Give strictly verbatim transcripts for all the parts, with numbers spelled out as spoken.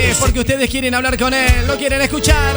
mensajes porque ustedes quieren hablar con él, lo quieren escuchar.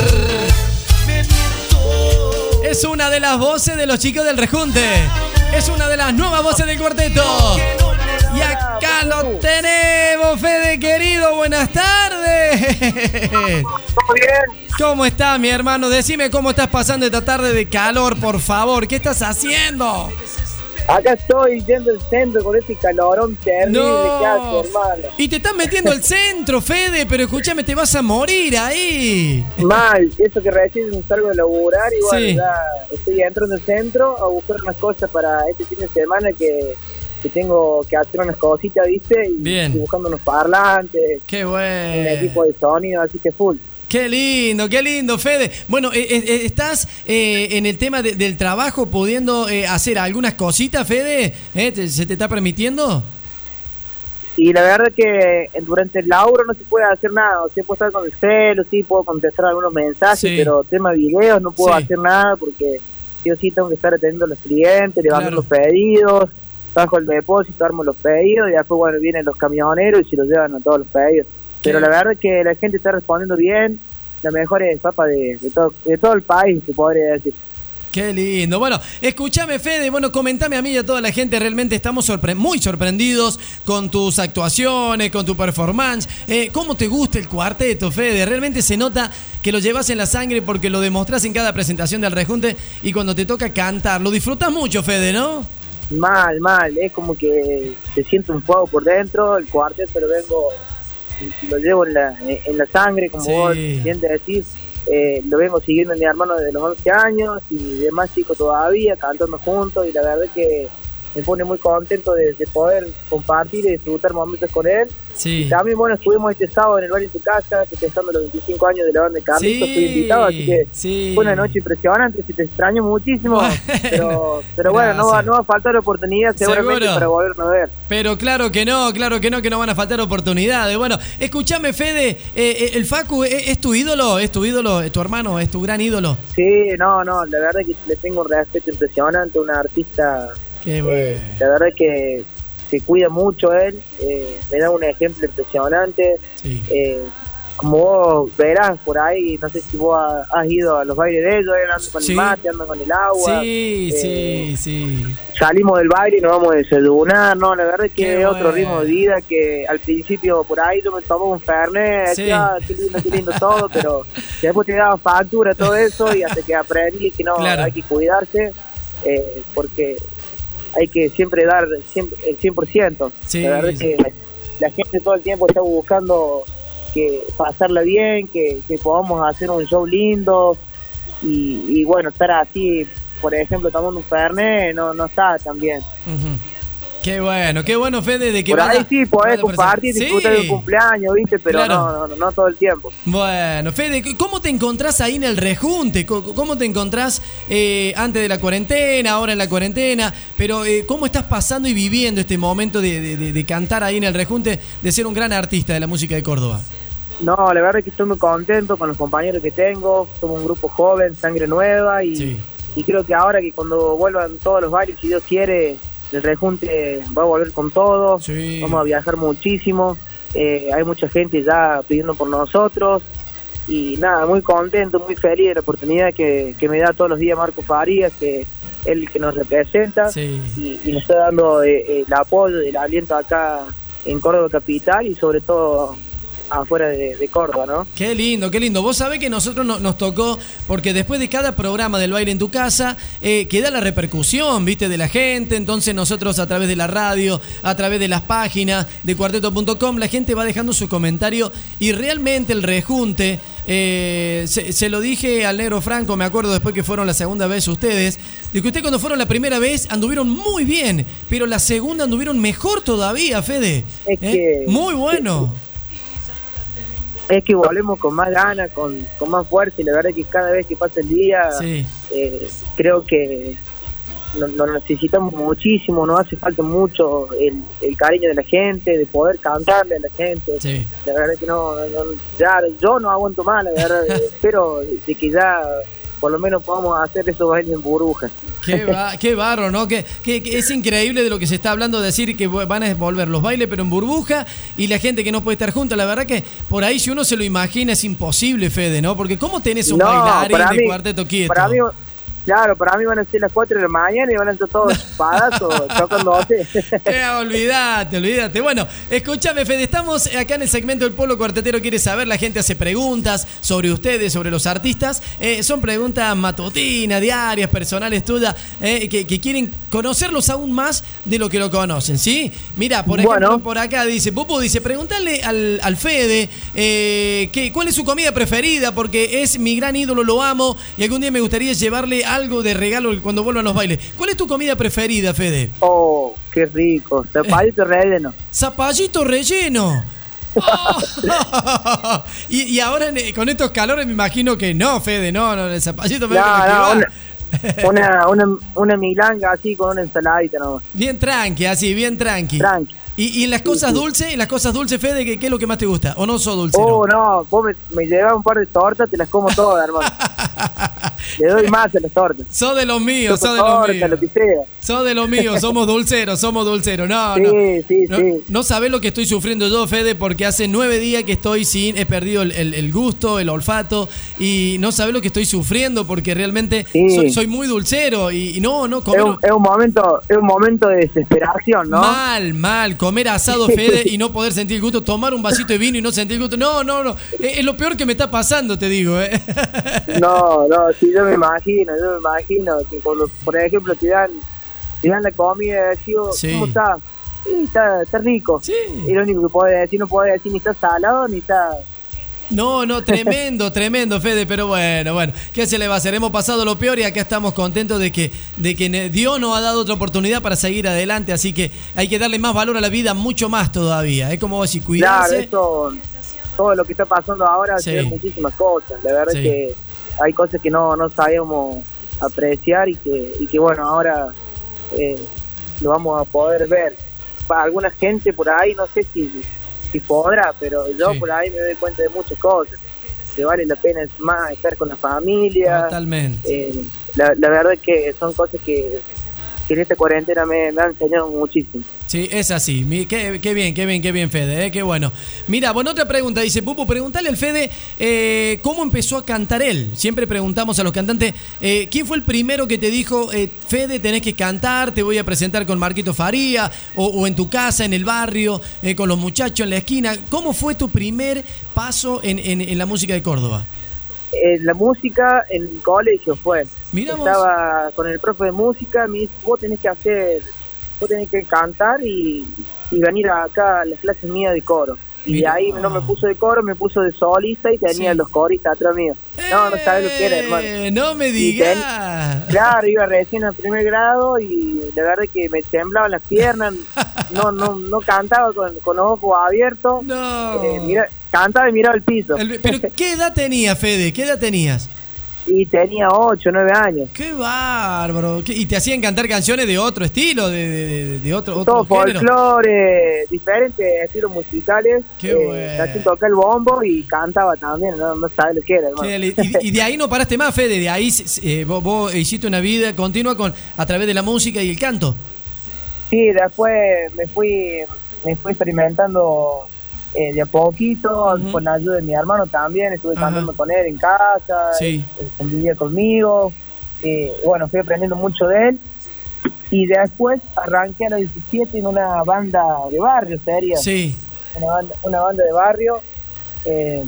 Es una de las voces de los chicos del Rejunte. Es una de las nuevas voces del cuarteto. Y acá lo tenemos, Fede querido. Buenas tardes. ¿Todo bien? ¿Cómo estás, mi hermano? Decime cómo estás pasando esta tarde de calor, por favor. ¿Qué estás haciendo? Acá estoy yendo al centro con este calorón terrible No. que hace, hermano. Y te estás metiendo al centro, Fede, pero escúchame, te vas a morir ahí. Mal, eso que recién salgo de laburar y bueno, Sí. ya estoy entrando al centro a buscar unas cosas para este fin de semana que, que tengo que hacer unas cositas, ¿viste? Y Bien. estoy buscando unos parlantes, Qué un bueno. equipo de sonido, así que full. Qué lindo, qué lindo, Fede. Bueno, eh, eh, ¿estás eh, en el tema de, del trabajo pudiendo eh, hacer algunas cositas, Fede? ¿Eh? ¿Te- ¿Se te está permitiendo? Y la verdad que durante el laburo no se puede hacer nada, o sea, puedo estar con el celo, sí, puedo contestar algunos mensajes, Sí. pero tema videos no puedo Sí. hacer nada porque yo sí tengo que estar atendiendo a los clientes, levantando Claro. los pedidos, bajo el depósito, armo los pedidos y después, bueno, vienen los camioneros y se los llevan a todos los pedidos. Pero Qué- la verdad que la gente está respondiendo bien, la mejor es papa de, de, todo, de todo el país, se podría decir. Qué lindo. Bueno, escúchame, Fede, bueno, comentame a mí y a toda la gente, realmente estamos sorpre- muy sorprendidos con tus actuaciones, con tu performance. Eh, ¿Cómo te gusta el cuarteto, Fede? Realmente se nota que lo llevas en la sangre porque lo demostrás en cada presentación del Rejunte y cuando te toca cantar, lo disfrutas mucho, Fede, ¿no? Mal, mal, es como que se siente un fuego por dentro, el cuarteto lo vengo, lo llevo en la, en la sangre, como Sí. vos bien te decís, eh, lo vengo siguiendo en mi hermano desde los once años y de más chico todavía, cantando juntos y la verdad que me pone muy contento de, de poder compartir y disfrutar momentos con él. Sí. Y también, bueno, estuvimos este sábado en el bar en tu casa, festejando los veinticinco años de la banda de Carlitos, Sí, fui invitado, así que sí. fue una noche impresionante, si te extraño muchísimo, Bueno, pero, pero bueno, no va, gracias. no va a faltar oportunidad seguramente Seguro. para volvernos a ver. Pero claro que no, claro que no, que no van a faltar oportunidades. Bueno, escúchame, Fede, eh, eh, el Facu, ¿es, es tu ídolo? ¿Es tu ídolo? ¿Es tu hermano? ¿Es tu gran ídolo? Sí, no, no, la verdad que le tengo un respeto impresionante, una artista, Qué eh, bueno. la verdad que se cuida mucho él, eh, me da un ejemplo impresionante. Sí. Eh, como vos verás por ahí, no sé si vos ha- has ido a los bailes de ellos, él anda con Sí. el mate, anda con el agua. Sí, eh, sí, sí. Salimos del baile y nos vamos a desayunar, no, la verdad es que Qué es otro bueno. ritmo de vida que al principio por ahí yo me tomaba un fernet, Sí. decía, "Ah, qué lindo, qué lindo todo", pero después te daba factura todo eso y hasta que aprendí que no, Claro. hay que cuidarse, eh, porque hay que siempre dar siempre, el cien por ciento. Sí, La verdad es sí. que la gente todo el tiempo está buscando que pasarla bien, que, que podamos hacer un show lindo y, y bueno, estar así, por ejemplo, tomando un fernet, no, no está tan bien. Ujú. Qué bueno, qué bueno, Fede, de que Por vaya- ahí sí podés vaya compartir, persona. disfrutar Sí. de un cumpleaños, ¿viste? Pero Claro. no, no, no, no todo el tiempo. Bueno, Fede, ¿cómo te encontrás ahí en el Rejunte? ¿Cómo cómo te encontrás eh, antes de la cuarentena, ahora en la cuarentena? Pero eh, ¿cómo estás pasando y viviendo este momento de, de- de- de cantar ahí en el Rejunte, de ser un gran artista de la música de Córdoba? No, la verdad es que estoy muy contento con los compañeros que tengo. Somos un grupo joven, sangre nueva y, Sí. y creo que ahora que cuando vuelvan todos los bailes, si Dios quiere, el Rejunte va a volver con todo. Sí. Vamos a viajar muchísimo. Eh, hay mucha gente ya pidiendo por nosotros. Y nada, muy contento, muy feliz de la oportunidad que, que me da todos los días Marco Farías, que es el que nos representa. Sí. y, y nos está dando eh, eh, el apoyo, el aliento acá en Córdoba Capital y sobre todo afuera de, de Córdoba, ¿no? Qué lindo, qué lindo. Vos sabés que nosotros no- nos tocó, porque después de cada programa del baile en tu casa, eh, queda la repercusión, viste, de la gente. Entonces nosotros a través de la radio, a través de las páginas de cuarteto punto com, la gente va dejando su comentario y realmente el Rejunte, eh, se, se lo dije al Negro Franco, me acuerdo después que fueron la segunda vez ustedes, de que ustedes cuando fueron la primera vez anduvieron muy bien, pero la segunda anduvieron mejor todavía, Fede. Es ¿Eh? que- Muy bueno. Es que volvemos con más ganas, con, con más fuerza y la verdad es que cada vez que pasa el día Sí. eh, creo que nos, nos necesitamos muchísimo, nos hace falta mucho el, el cariño de la gente, de poder cantarle a la gente. Sí. La verdad es que no, no- ya yo no aguanto más, la verdad, espero de que ya por lo menos podamos hacer esos bailes en burbujas. Qué, va, qué barro, ¿no? Que, que, que es increíble de lo que se está hablando, de decir que van a volver los bailes pero en burbuja y la gente que no puede estar junta. La verdad que por ahí si uno se lo imagina es imposible, Fede, ¿no? Porque ¿cómo tenés un No, bailarín para de mí- Cuarteto Quieto? Para mí, claro, para mí van a ser las cuatro de la mañana y van a estar todos padazos, tocándose. Eh, olvídate, olvídate. Bueno, escúchame, Fede, estamos acá en el segmento del Pueblo Cuartetero Quiere Saber. La gente hace preguntas sobre ustedes, sobre los artistas. Eh, son preguntas matutinas, diarias, personales tuyas, eh, que, que quieren conocerlos aún más de lo que lo conocen, ¿sí? Mira, por ejemplo, Bueno. por acá dice, Pupu dice, pregúntale al, al Fede eh, que, cuál es su comida preferida, porque es mi gran ídolo, lo amo, y algún día me gustaría llevarle algo de regalo cuando vuelvan los bailes. ¿Cuál es tu comida preferida, Fede? Oh, qué rico, zapallito relleno. Zapallito relleno. Oh. y, y ahora en- con estos calores me imagino que no, Fede, no, no, el zapallito me No, que no, va. una, una, una, una milanga así con una ensaladita nomás. Bien tranqui, así, bien tranqui. Tranqui. Y, y en las cosas sí. dulces, en las cosas dulces, Fede, ¿qué, qué es lo que más te gusta? ¿O no sos dulcero? Oh, no, vos me, me llevas un par de tortas, te las como todas, hermano. Le doy más a las tortas. Sos de los míos, sos de Torta, los míos. lo que sea. Sos de los míos, somos dulceros, somos dulceros. No, Sí, no. sí, no, sí. no sabés lo que estoy sufriendo yo, Fede, porque hace nueve días que estoy sin, he perdido el, el- el gusto, el olfato, y no sabés lo que estoy sufriendo porque realmente Sí. soy, soy muy dulcero y, y no, no, Es comer un, es un momento, es un momento de desesperación, ¿no? mal, mal, comer asado, Fede, y no poder sentir el gusto, tomar un vasito de vino y no sentir el gusto. No, no, no, es, es lo peor que me está pasando, te digo, ¿eh? No, no, sí, yo me imagino, yo me imagino que cuando, por ejemplo, te dan, te dan la comida, digo, Sí. ¿cómo está? Sí, está, está rico. Sí. Y lo único que puedo decir, no puedo decir ni está salado ni está... No, no, tremendo, tremendo, Fede, pero bueno, bueno, ¿qué se le va a hacer? Hemos pasado lo peor y acá estamos contentos de que, de que Dios nos ha dado otra oportunidad para seguir adelante, así que hay que darle más valor a la vida, mucho más todavía. Es como decir, Claro, cuidarse. eso, todo lo que está pasando ahora, Sí. se ven muchísimas cosas. La verdad Sí. es que hay cosas que no, no sabíamos apreciar y que, y que bueno, ahora eh, lo vamos a poder ver. Para alguna gente por ahí, no sé si, si podrá, pero yo Sí. por ahí me doy cuenta de muchas cosas. Que vale la pena es más estar con la familia. Totalmente. Eh, la, la verdad es que son cosas que, que en esta cuarentena me, me han enseñado muchísimo. Sí, es así. Mi- Qué, qué bien, qué bien, qué bien, Fede, ¿eh? Qué bueno. Mira, bueno, otra pregunta. Dice, Pupu, preguntale al Fede eh, cómo empezó a cantar él. Siempre preguntamos a los cantantes, eh, ¿quién fue el primero que te dijo, eh, Fede, tenés que cantar, te voy a presentar con Marquito Faría, o, o en tu casa, en el barrio, eh, con los muchachos en la esquina? ¿Cómo fue tu primer paso en, en- en la música de Córdoba? Eh, la música en el colegio fue. Mirá vos. Estaba con el profe de música, me dice, vos tenés que hacer, vos tenés que cantar y, y venir acá a las clases mías de coro. Y Mirá. de ahí no me puso de coro, me puso de solista y tenía Sí. los coristas atrás mío. No, no sabes lo que era, hermano. Eh, No me Y digas. Claro, iba recién al primer grado y la verdad es que me temblaban las piernas, no no no cantaba con, con los ojos abiertos. No. Eh, mira, cantaba y miraba el piso. El- Pero, ¿qué edad tenías, Fede? ¿Qué edad tenías? Y tenía ocho, nueve años. ¡Qué bárbaro! ¿Qué- ¿Y te hacían cantar canciones de otro estilo, de, de, de- de otro, otro Todo género? folclore, diferentes estilos musicales. Qué eh, bueno. Así tocaba el bombo y cantaba también, no, no sabes lo que era, hermano. Qué li- Y, y de ahí no paraste más, Fede. De ahí eh, vos, vos hiciste una vida continua con a través de la música y el canto. Sí, después me fui, me fui experimentando eh, de a poquito, Ujú. con la ayuda de mi hermano también, estuve Ajá. cantando con él en casa, Sí. él convivía conmigo, eh, bueno, fui aprendiendo mucho de él, y después arranqué a los diecisiete en una banda de barrio, sería, Sí. una banda, una banda de barrio, eh,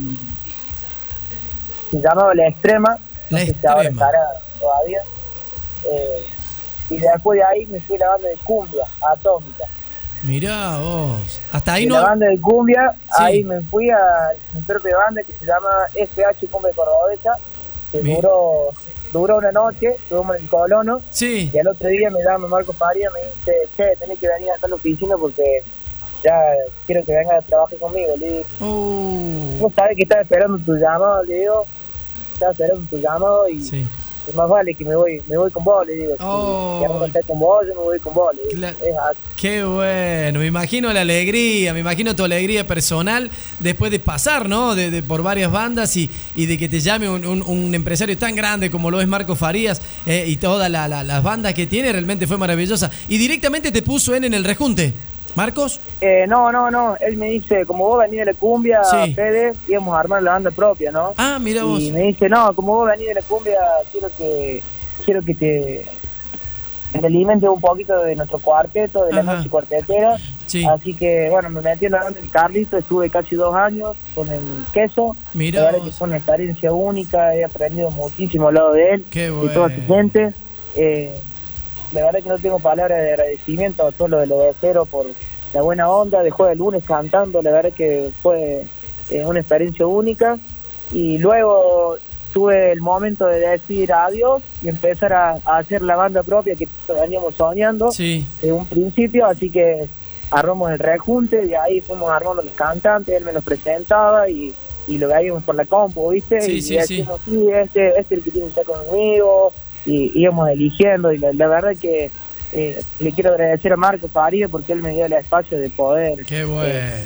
se llamaba La Extrema, no La sé si ahora Extrema. estará todavía, eh, y después de ahí me fui a la banda de cumbia, Atómica. Mirá vos. Hasta ahí de no. la banda de cumbia, Sí. ahí me fui a mi propia banda que se llama F H Cumbia Cordobesa, que Mi- duró duró una noche, estuvimos en el Colono, Sí. y al otro día me llama Marco Faría, me dice, che, tenés que venir acá a la oficina porque ya quiero que vengas a trabajar conmigo. Le digo, Uh, vos sabés que estaba esperando tu llamado, le digo, estaba esperando tu llamado y sí. más vale que me voy me voy con vos, le digo. Oh. Si quiero estar con vos, yo me voy con vos, le digo. Claro. Es así. Qué bueno, me imagino la alegría, me imagino tu alegría personal después de pasar, ¿no? De, de por varias bandas y, y de que te llame un, un, un empresario tan grande como lo es Marco Farías eh, y todas la, la, las bandas que tiene, realmente fue maravillosa. Y directamente te puso en, en el rejunte, ¿Marcos? Eh, no, no, no, él me dice, como vos venís de la cumbia, Sí. Fede, íbamos a armar la banda propia, ¿no? Ah, mira vos. Y me dice, no, como vos venís de la cumbia, quiero que quiero que te, te alimentes un poquito de nuestro cuarteto, de la Ajá. noche cuartetera. Sí. Así que, bueno, me metí en la banda del Carlito, estuve casi dos años con el Queso. Mirá La verdad vos. que fue una experiencia única, he aprendido muchísimo al lado de él Qué y bueno. toda su gente. Eh, la verdad que no tengo palabras de agradecimiento a todo lo de lo de cero por la buena onda, dejó el lunes cantando, la verdad que fue eh, una experiencia única. Y luego tuve el momento de decir adiós y empezar a, a hacer la banda propia que veníamos soñando Sí. de un principio, así que armamos el rejunte y ahí fuimos armando los cantantes, él me los presentaba y, y lo veíamos por la compu, ¿viste? Sí, y sí, decimos, sí, este, este es el que tiene que estar conmigo, y íbamos eligiendo, y la, la verdad que eh, le quiero agradecer a Marco Farías porque él me dio el espacio de poder Qué bueno. eh,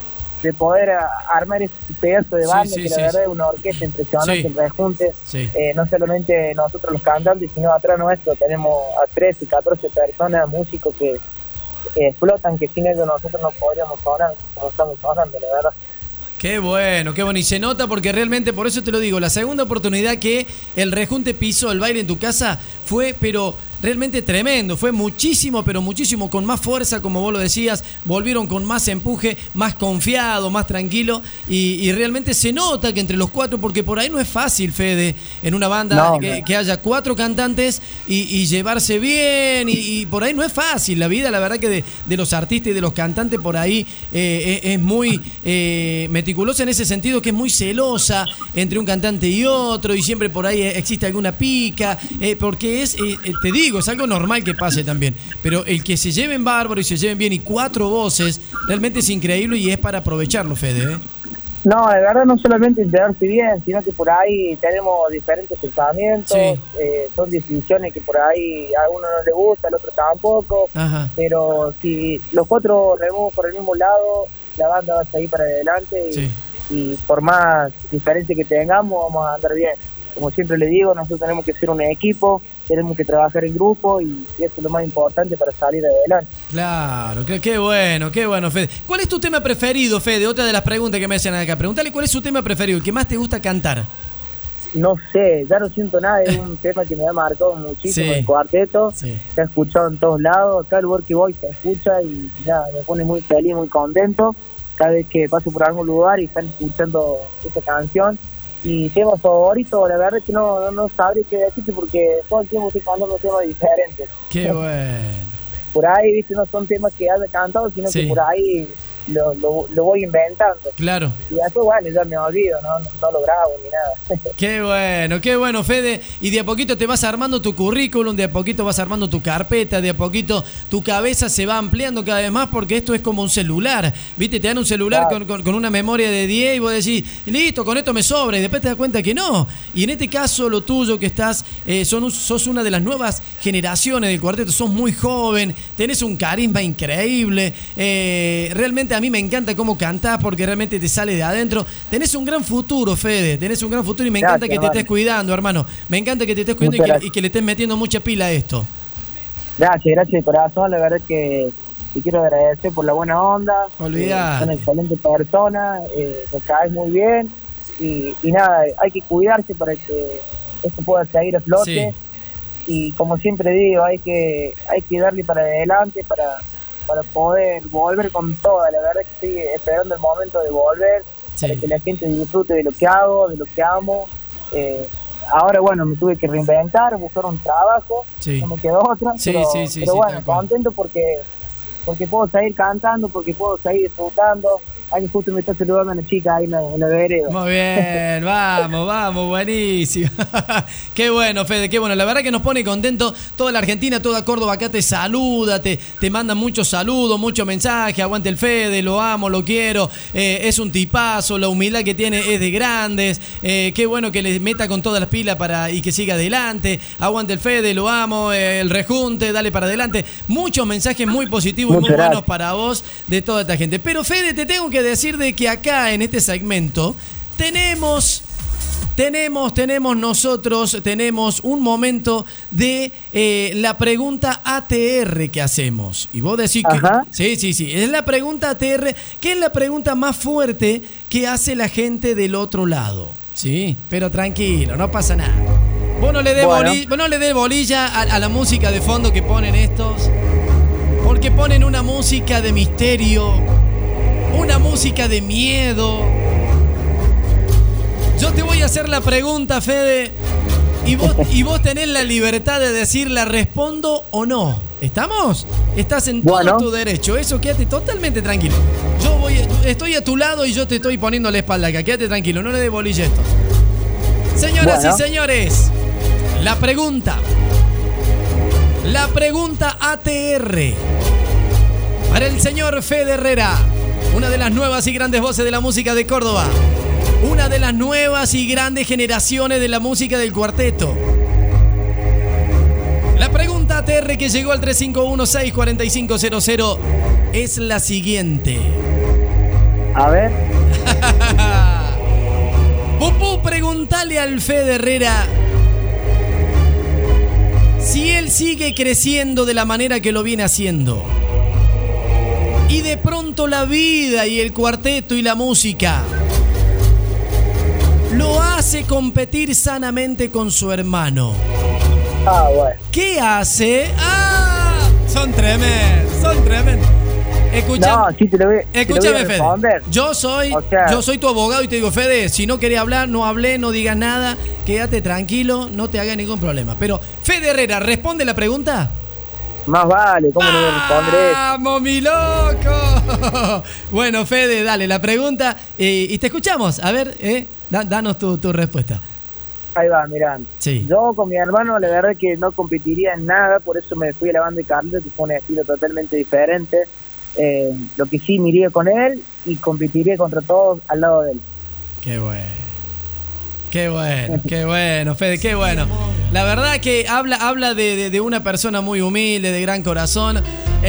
de poder a, armar ese pedazo de Sí, banda, sí, que sí, la verdad sí. es una orquesta impresionante, Sí. el rejunte. Sí. Eh, no solamente nosotros los cantantes, sino atrás nuestro tenemos a trece, catorce personas, músicos que eh, explotan, que sin ellos nosotros no podríamos sonar como estamos sonando, la verdad. Qué bueno, qué bueno. Y se nota porque realmente, por eso te lo digo, la segunda oportunidad que el rejunte pisó el baile en tu casa fue, pero realmente tremendo. Fue muchísimo, pero muchísimo, con más fuerza, como vos lo decías. Volvieron con más empuje, más confiado, más tranquilo. Y, y realmente se nota que entre los cuatro, porque por ahí no es fácil, Fede, en una banda No, que, no. que haya cuatro cantantes y, y llevarse bien. Y, y por ahí no es fácil. La vida, la verdad que de, de los artistas y de los cantantes por ahí eh, es, es muy eh, meticulosa en ese sentido, que es muy celosa entre un cantante y otro. Y siempre por ahí existe alguna pica. Eh, porque es, eh, te digo, es algo normal que pase también, pero el que se lleven bárbaro y se lleven bien y cuatro voces, realmente es increíble y es para aprovecharlo, Fede, ¿eh? No, de verdad no solamente enterarse bien, sino que por ahí tenemos diferentes pensamientos, Sí. eh, son decisiones que por ahí a uno no le gusta, al otro tampoco, Ajá. pero si los cuatro remamos por el mismo lado, la banda va a seguir para adelante y, Sí. y por más diferencia que tengamos vamos a andar bien. Como siempre le digo, nosotros tenemos que ser un equipo, tenemos que trabajar en grupo y eso es lo más importante para salir adelante. Claro, qué, qué bueno, qué bueno, Fede. ¿Cuál es tu tema preferido, Fede? Otra de las preguntas que me hacen acá. Preguntale cuál es su tema preferido, el que más te gusta cantar. No sé, ya no siento nada, es un tema que me ha marcado muchísimo Sí. el cuarteto, Sí. se ha escuchado en todos lados, cada lugar que voy se escucha y nada, me pone muy feliz, muy contento cada vez que paso por algún lugar y están escuchando esa canción. Y tema favorito, la verdad es que no, no, no sabría qué decirte porque todo el tiempo estoy cantando temas diferentes. Qué bueno. Por ahí, viste, no son temas que haya cantado, sino Sí. que por ahí lo, lo, lo voy inventando. Claro. Y después, bueno, ya me olvido, no, no, no lo grabo ni nada. Qué bueno, qué bueno, Fede. Y de a poquito te vas armando tu currículum, de a poquito vas armando tu carpeta, de a poquito tu cabeza se va ampliando cada vez más porque esto es como un celular. ¿Viste? Te dan un celular Claro. con, con, con una memoria de diez y vos decís, listo, con esto me sobra. Y después te das cuenta que no. Y en este caso, lo tuyo que estás, eh, son, un- sos una de las nuevas generaciones del cuarteto, sos muy joven, tenés un carisma increíble. Eh, realmente a mí me encanta cómo cantás porque realmente te sale de adentro. Tenés un gran futuro, Fede, tenés un gran futuro y me encanta Gracias, que te hermano. estés cuidando, hermano. Me encanta que te estés cuidando y Muchas que, gracias. y que le estés metiendo mucha pila a esto. Gracias, gracias de corazón, la verdad que te quiero agradecer por la buena onda. Olvidate. Eh, son excelente persona, eh, me caes muy bien y, y nada, hay que cuidarse para que esto pueda seguir a flote. Y como siempre digo, hay que hay que darle para adelante para, para poder volver con toda. La verdad que estoy esperando el momento de volver, Sí. para que la gente disfrute de lo que hago, de lo que amo. Eh, ahora, bueno, me tuve que reinventar, buscar un trabajo, Sí. no me quedó otra, Sí, pero, sí, sí, pero sí, bueno, tal cual. contento porque porque puedo seguir cantando, porque puedo seguir disfrutando. ahí justo me está saludando una chica ahí en la, en la vereda. Muy bien, vamos, vamos, buenísimo. Qué bueno, Fede, qué bueno. La verdad que nos pone contento. Toda la Argentina, toda Córdoba acá te saluda, te, te manda muchos saludos, muchos mensajes. Aguante el Fede, lo amo, lo quiero. Eh, es un tipazo, la humildad que tiene es de grandes. Eh, qué bueno que le meta con todas las pilas para y que siga adelante. Aguante el Fede, lo amo. Eh, el rejunte, dale para adelante. Muchos mensajes muy positivos y muy gracias. buenos para vos de toda esta gente. Pero Fede, te tengo que decir de que acá en este segmento tenemos, tenemos, tenemos nosotros, tenemos un momento de eh, la pregunta A T R que hacemos. Y vos decís que... Ajá. Sí, sí, sí. Es la pregunta A T R, que es la pregunta más fuerte que hace la gente del otro lado. Sí, pero tranquilo, no pasa nada. Vos no le des Bueno. boli- vos no le des bolilla a, a la música de fondo que ponen estos, porque ponen una música de misterio, una música de miedo. Yo te voy a hacer la pregunta, Fede, y vos, y vos tenés la libertad de decir la respondo o no. ¿Estamos? Estás en todo Bueno. tu derecho. Eso, quédate totalmente tranquilo. Yo voy, estoy a tu lado y yo te estoy poniendo la espalda acá. Quédate tranquilo, no le des bolilla a esto. Señoras Bueno. y señores, la pregunta. La pregunta A T R para el señor Fede Herrera, una de las nuevas y grandes voces de la música de Córdoba, una de las nuevas y grandes generaciones de la música del cuarteto. La pregunta A T R que llegó al tres cinco uno, seis cuatro cinco cero cero es la siguiente. A ver. Pupú, preguntale al Fede Herrera si él sigue creciendo de la manera que lo viene haciendo. Y de pronto la vida y el cuarteto y la música lo hace competir sanamente con su hermano. Ah, bueno. ¿Qué hace? ¡Ah! Son tremendos, son tremendos. Escucha, No, sí te lo voy, te lo voy escúchame, a Fede. responder. Yo soy, O sea- yo soy tu abogado y te digo, Fede, si no querés hablar, no hablé, no digas nada, quédate tranquilo, no te hagas ningún problema. Pero, Fede Herrera, ¿responde la pregunta? Más vale, ¿cómo no voy a responder eso? ¡Vamos, mi loco! Bueno, Fede, dale la pregunta eh, y te escuchamos. A ver, eh, da- danos tu, tu respuesta. Ahí va, mirá. Sí. Yo con mi hermano, la verdad que no competiría en nada, por eso me fui a la banda de Carlos, que fue un estilo totalmente diferente. Eh, lo que sí, me iría con él y competiría contra todos al lado de él. Qué bueno. Qué bueno, qué bueno, Fede, qué bueno. La verdad que habla, habla de, de, de una persona muy humilde, de gran corazón.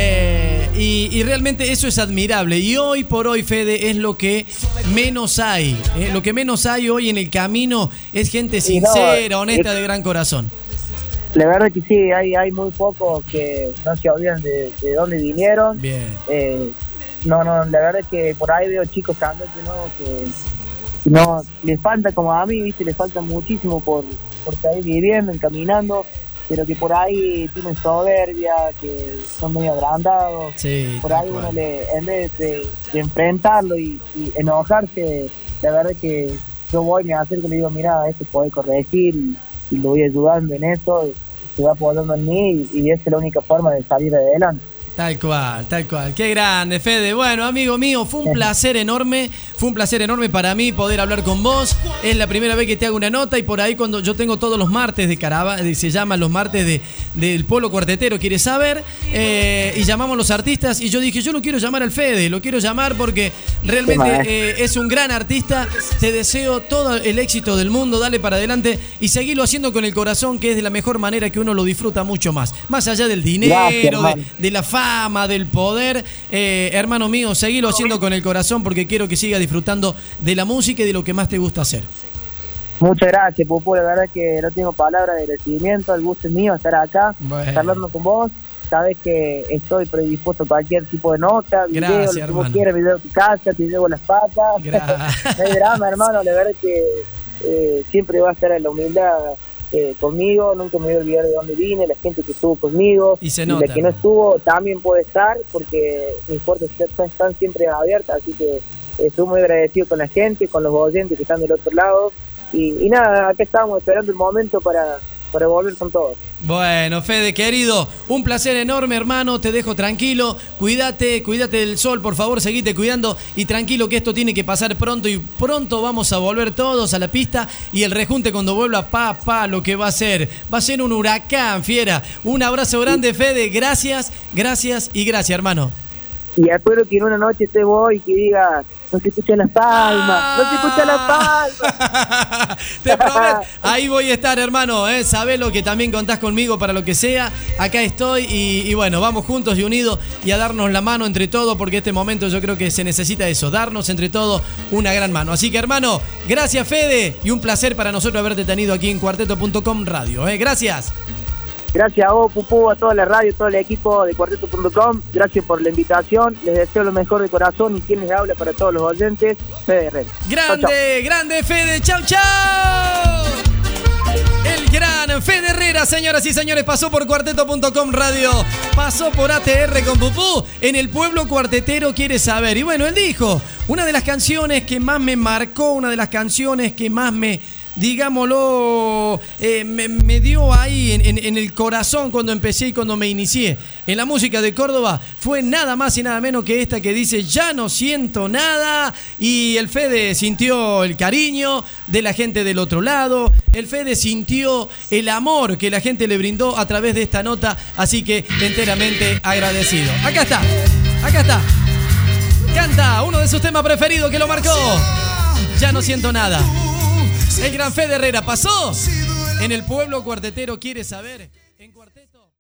eh, y, y realmente eso es admirable. Y hoy por hoy, Fede, es lo que menos hay. eh, lo que menos hay hoy en el camino es gente Sí, no, sincera, honesta, es- de gran corazón. La verdad que sí, hay hay muy pocos que no se olvidan de, de dónde vinieron. Bien. Eh, no, no, la verdad que por ahí veo chicos cantantes, ¿no? Que no, les falta como a mí, ¿viste? Les falta muchísimo por, por seguir viviendo, encaminando, pero que por ahí tienen soberbia, que son medio agrandados. Sí, Por tal ahí uno cual. le, en vez de, de enfrentarlo y, y enojarse, la verdad que yo voy, me acerco y le digo, mira, esto puede corregir y, y lo voy ayudando en eso, y se va apoyando en mí y, y esa es la única forma de salir adelante. Tal cual, tal cual. Qué grande, Fede. Bueno, amigo mío, fue un placer enorme. Fue un placer enorme para mí poder hablar con vos. Es la primera vez que te hago una nota y por ahí cuando yo tengo todos los martes de caravana, se llaman los martes de, del Polo Cuartetero, ¿quieres saber? Eh, y llamamos los artistas y yo dije, yo lo quiero llamar al Fede, lo quiero llamar porque realmente eh, es un gran artista. Te deseo todo el éxito del mundo, dale para adelante y seguirlo haciendo con el corazón, que es de la mejor manera que uno lo disfruta mucho más. Más allá del dinero, Gracias, de, hermano. de la fama, del poder. Eh, hermano mío, seguilo haciendo con el corazón porque quiero que sigas disfrutando de la música y de lo que más te gusta hacer. Muchas gracias, Pupu, la verdad que no tengo palabras de agradecimiento, el gusto es mío estar acá, Bueno. charlando con vos. Sabes que estoy predispuesto a cualquier tipo de nota, video, Gracias, lo que vos hermano. quieras, video de tu casa, te llevo las patas. Gracias. No hay drama, hermano, la verdad que eh, siempre va a estar en la humildad eh, conmigo, nunca me voy a olvidar de dónde vine, la gente que estuvo conmigo, Y se nota, la que no hermano. estuvo también puede estar, porque mis puertas están, están siempre abiertas, así que eh, estoy muy agradecido con la gente, con los oyentes que están del otro lado, y, y nada, acá estábamos esperando el momento para, para volver con todo. Bueno, Fede, querido, un placer enorme, hermano, te dejo tranquilo, cuídate, cuídate del sol, por favor, seguite cuidando y tranquilo que esto tiene que pasar pronto y pronto vamos a volver todos a la pista y el rejunte cuando vuelva, pa, pa, lo que va a ser, va a ser un huracán, fiera. Un abrazo grande, Fede, gracias, gracias y gracias, hermano. Y espero que en una noche esté vos y que digas, no se escucha las palmas, ah. no se escucha las palmas. Te prometo, ahí voy a estar, hermano, ¿eh? Sabelo que también contás conmigo para lo que sea. Acá estoy y, y bueno, vamos juntos y unidos y a darnos la mano entre todos porque este momento yo creo que se necesita eso, darnos entre todos una gran mano. Así que, hermano, gracias, Fede, y un placer para nosotros haberte tenido aquí en cuarteto punto com Radio. ¿eh? Gracias. Gracias a vos, Pupú, a toda la radio, a todo el equipo de cuarteto punto com. Gracias por la invitación. Les deseo lo mejor de corazón y quien les habla para todos los oyentes, Fede Herrera. Grande, chau, chau. grande Fede. Chau, chau. El gran Fede Herrera, señoras y señores, pasó por cuarteto punto com Radio. Pasó por A T R con Pupú. En el pueblo cuartetero quiere saber. Y bueno, él dijo, una de las canciones que más me marcó, una de las canciones que más me... digámoslo, eh, me, me dio ahí en, en, en el corazón cuando empecé y cuando me inicié en la música de Córdoba, fue nada más y nada menos que esta que dice ya no siento nada. Y el Fede sintió el cariño de la gente del otro lado, el Fede sintió el amor que la gente le brindó a través de esta nota, así que enteramente agradecido. Acá está, acá está, canta uno de sus temas preferidos que lo marcó, ya no siento nada. El gran Fede Herrera pasó en el pueblo cuartetero quiere saber en Cuarteto.